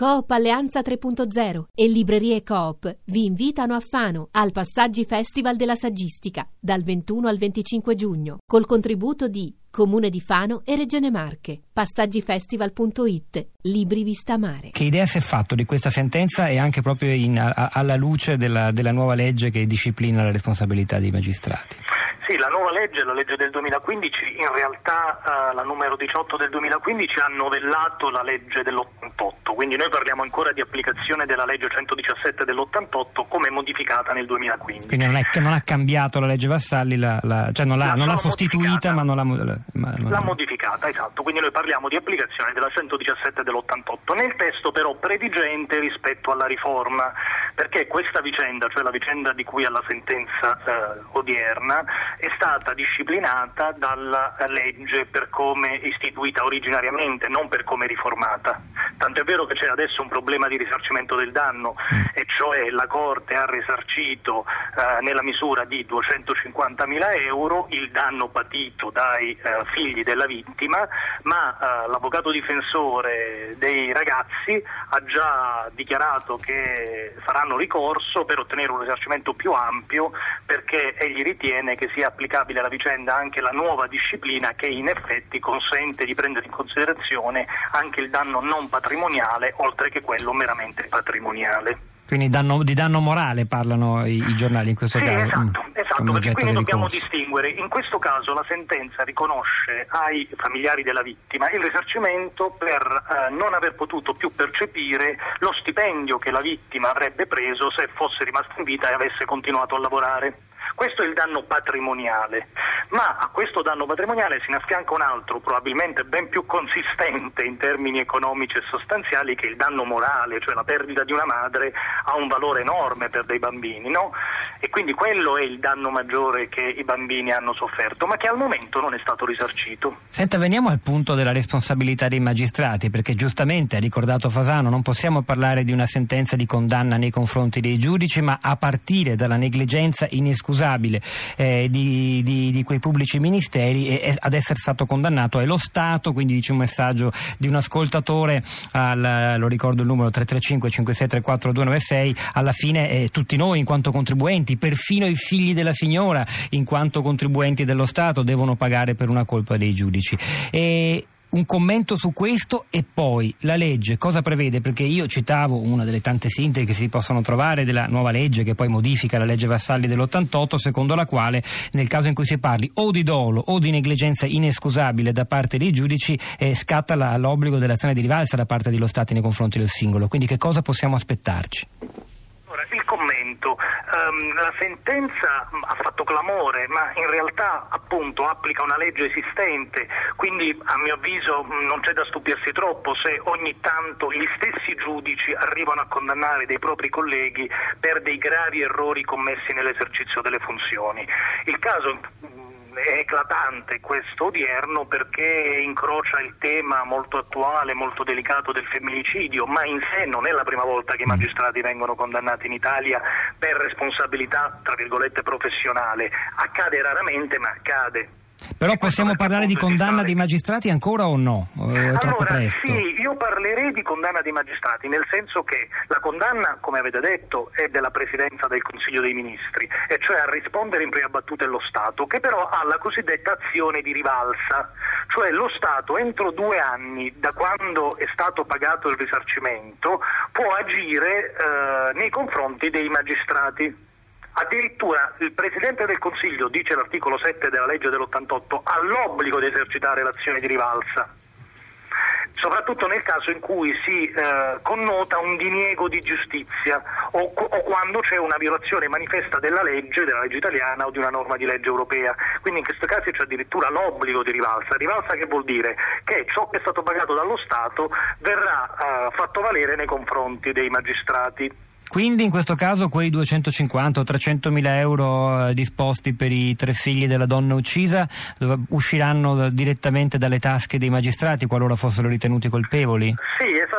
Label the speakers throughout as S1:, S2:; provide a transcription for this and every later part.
S1: Coop Alleanza 3.0 e Librerie Coop vi invitano a Fano al Passaggi Festival della Saggistica dal 21 al 25 giugno col contributo di Comune di Fano e Regione Marche. Passaggifestival.it. Libri vista mare.
S2: Che idea si è fatto di questa sentenza e anche proprio alla luce della nuova legge che disciplina la responsabilità dei magistrati?
S3: Sì, la nuova legge, la legge del 2015, in realtà la numero 18 del 2015 ha novellato la legge dell'88, quindi noi parliamo ancora di applicazione della legge 117 dell'88 come modificata nel 2015.
S2: Quindi non è che non ha cambiato la legge Vassalli, cioè non l'ha sostituita, ma non l'ha
S3: modificata, esatto, quindi noi parliamo di applicazione della 117 dell'88, nel testo però previgente rispetto alla riforma, perché questa vicenda, cioè la vicenda di cui alla sentenza odierna, è stata disciplinata dalla legge per come istituita originariamente, non per come riformata. Tanto è vero che c'è adesso un problema di risarcimento del danno, e cioè la Corte ha risarcito nella misura di 250.000 euro il danno patito dai figli della vittima, ma l'avvocato difensore dei ragazzi ha già dichiarato che faranno ricorso per ottenere un risarcimento più ampio, perché egli ritiene che sia applicabile alla vicenda anche la nuova disciplina che in effetti consente di prendere in considerazione anche il danno non patrimoniale oltre che quello meramente patrimoniale.
S2: Quindi di danno morale parlano i giornali in questo caso?
S3: Esatto, perché quindi dobbiamo distinguere. In questo caso la sentenza riconosce ai familiari della vittima il risarcimento per non aver potuto più percepire lo stipendio che la vittima avrebbe preso se fosse rimasta in vita e avesse continuato a lavorare. Questo è il danno patrimoniale, ma a questo danno patrimoniale se ne affianca un altro, probabilmente ben più consistente in termini economici e sostanziali, che è il danno morale, cioè la perdita di una madre ha un valore enorme per dei bambini, no? E quindi quello è il danno maggiore che i bambini hanno sofferto, ma che al momento non è stato risarcito.
S2: Senta, veniamo al punto della responsabilità dei magistrati, perché giustamente ha ricordato Fasano, non possiamo parlare di una sentenza di condanna nei confronti dei giudici, ma a partire dalla negligenza inescusabile di quei pubblici ministeri, e ad essere stato condannato è lo Stato. Quindi dice un messaggio di un ascoltatore lo ricordo il numero 335 5634 296, alla fine tutti noi in quanto contribuenti, perfino i figli della signora in quanto contribuenti dello Stato, devono pagare per una colpa dei giudici. Un commento su questo, e poi la legge cosa prevede? Perché io citavo una delle tante sintesi che si possono trovare della nuova legge che poi modifica la legge Vassalli dell'88, secondo la quale nel caso in cui si parli o di dolo o di negligenza inescusabile da parte dei giudici scatta l'obbligo dell'azione di rivalsa da parte dello Stato nei confronti del singolo. Quindi che cosa possiamo aspettarci?
S3: Il commento, la sentenza ha fatto clamore, ma in realtà appunto applica una legge esistente, quindi a mio avviso non c'è da stupirsi troppo se ogni tanto gli stessi giudici arrivano a condannare dei propri colleghi per dei gravi errori commessi nell'esercizio delle funzioni. Il caso è eclatante questo odierno perché incrocia il tema molto attuale, molto delicato del femminicidio, ma in sé non è la prima volta che i magistrati vengono condannati in Italia per responsabilità, tra virgolette, professionale. Accade raramente, ma accade.
S2: Però possiamo parlare di condanna dei magistrati ancora o no? È troppo presto?
S3: Sì, io parlerei di condanna dei magistrati, nel senso che la condanna, come avete detto, è della Presidenza del Consiglio dei Ministri, e cioè a rispondere in prima battuta è lo Stato, che però ha la cosiddetta azione di rivalsa, cioè lo Stato entro 2 anni da quando è stato pagato il risarcimento può agire nei confronti dei magistrati. Addirittura il Presidente del Consiglio, dice l'articolo 7 della legge dell'88, ha l'obbligo di esercitare l'azione di rivalsa, soprattutto nel caso in cui si connota un diniego di giustizia o quando c'è una violazione manifesta della legge italiana o di una norma di legge europea. Quindi in questo caso c'è addirittura l'obbligo di rivalsa. Rivalsa che vuol dire che ciò che è stato pagato dallo Stato verrà fatto valere nei confronti dei magistrati.
S2: Quindi in questo caso quei 250 o 300.000 euro disposti per i 3 figli della donna uccisa usciranno direttamente dalle tasche dei magistrati qualora fossero ritenuti colpevoli?
S3: Sì, esattamente.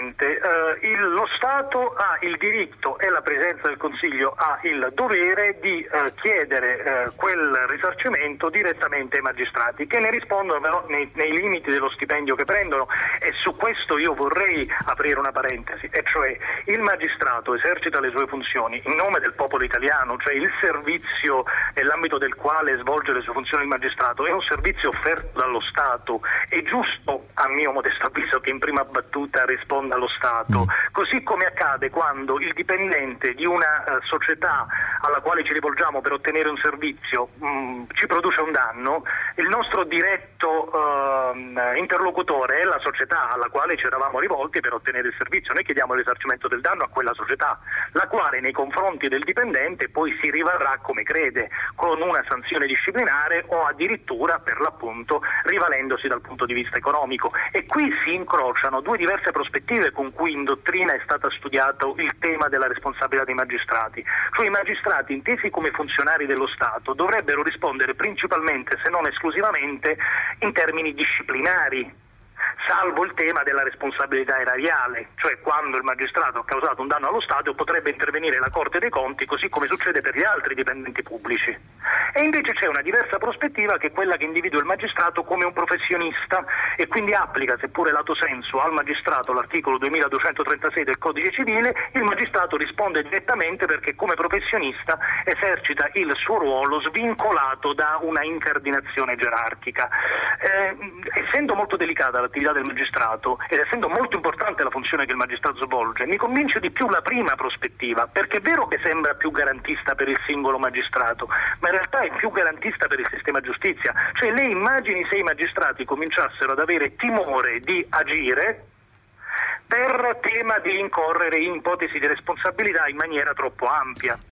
S3: semplicemente lo Stato ha il diritto e la Presidenza del Consiglio ha il dovere di chiedere quel risarcimento direttamente ai magistrati, che ne rispondono però nei limiti dello stipendio che prendono. E su questo io vorrei aprire una parentesi, e cioè il magistrato esercita le sue funzioni in nome del popolo italiano, cioè il servizio nell'ambito del quale svolge le sue funzioni il magistrato è un servizio offerto dallo Stato. È giusto, a mio modesto avviso, che in prima battuta risponda lo Stato, così come accade quando il dipendente di una società alla quale ci rivolgiamo per ottenere un servizio ci produce un danno. Il nostro diretto interlocutore è la società alla quale ci eravamo rivolti per ottenere il servizio. Noi chiediamo il risarcimento del danno a quella società, la quale nei confronti del dipendente poi si rivarrà come crede, con una sanzione disciplinare o addirittura, per l'appunto, rivalendosi dal punto di vista economico. E qui si incrociano due diverse prospettive con cui in dottrina è stato studiato il tema della responsabilità dei magistrati. Cioè i magistrati, intesi come funzionari dello Stato, dovrebbero rispondere principalmente, se non esclusivamente, in termini disciplinari, salvo il tema della responsabilità erariale, cioè quando il magistrato ha causato un danno allo Stato potrebbe intervenire la Corte dei Conti, così come succede per gli altri dipendenti pubblici. E invece c'è una diversa prospettiva, che è quella che individua il magistrato come un professionista e quindi applica, seppure lato sensu, al magistrato l'articolo 2236 del Codice Civile. Il magistrato risponde direttamente perché come professionista esercita il suo ruolo svincolato da una incardinazione gerarchica. Essendo molto delicata l'attività del magistrato ed essendo molto importante la funzione che il magistrato svolge, mi convince di più la prima prospettiva, perché è vero che sembra più garantista per il singolo magistrato, ma in realtà è più garantista per il sistema giustizia. Cioè lei immagini se i magistrati cominciassero ad avere timore di agire per tema di incorrere in ipotesi di responsabilità in maniera troppo ampia.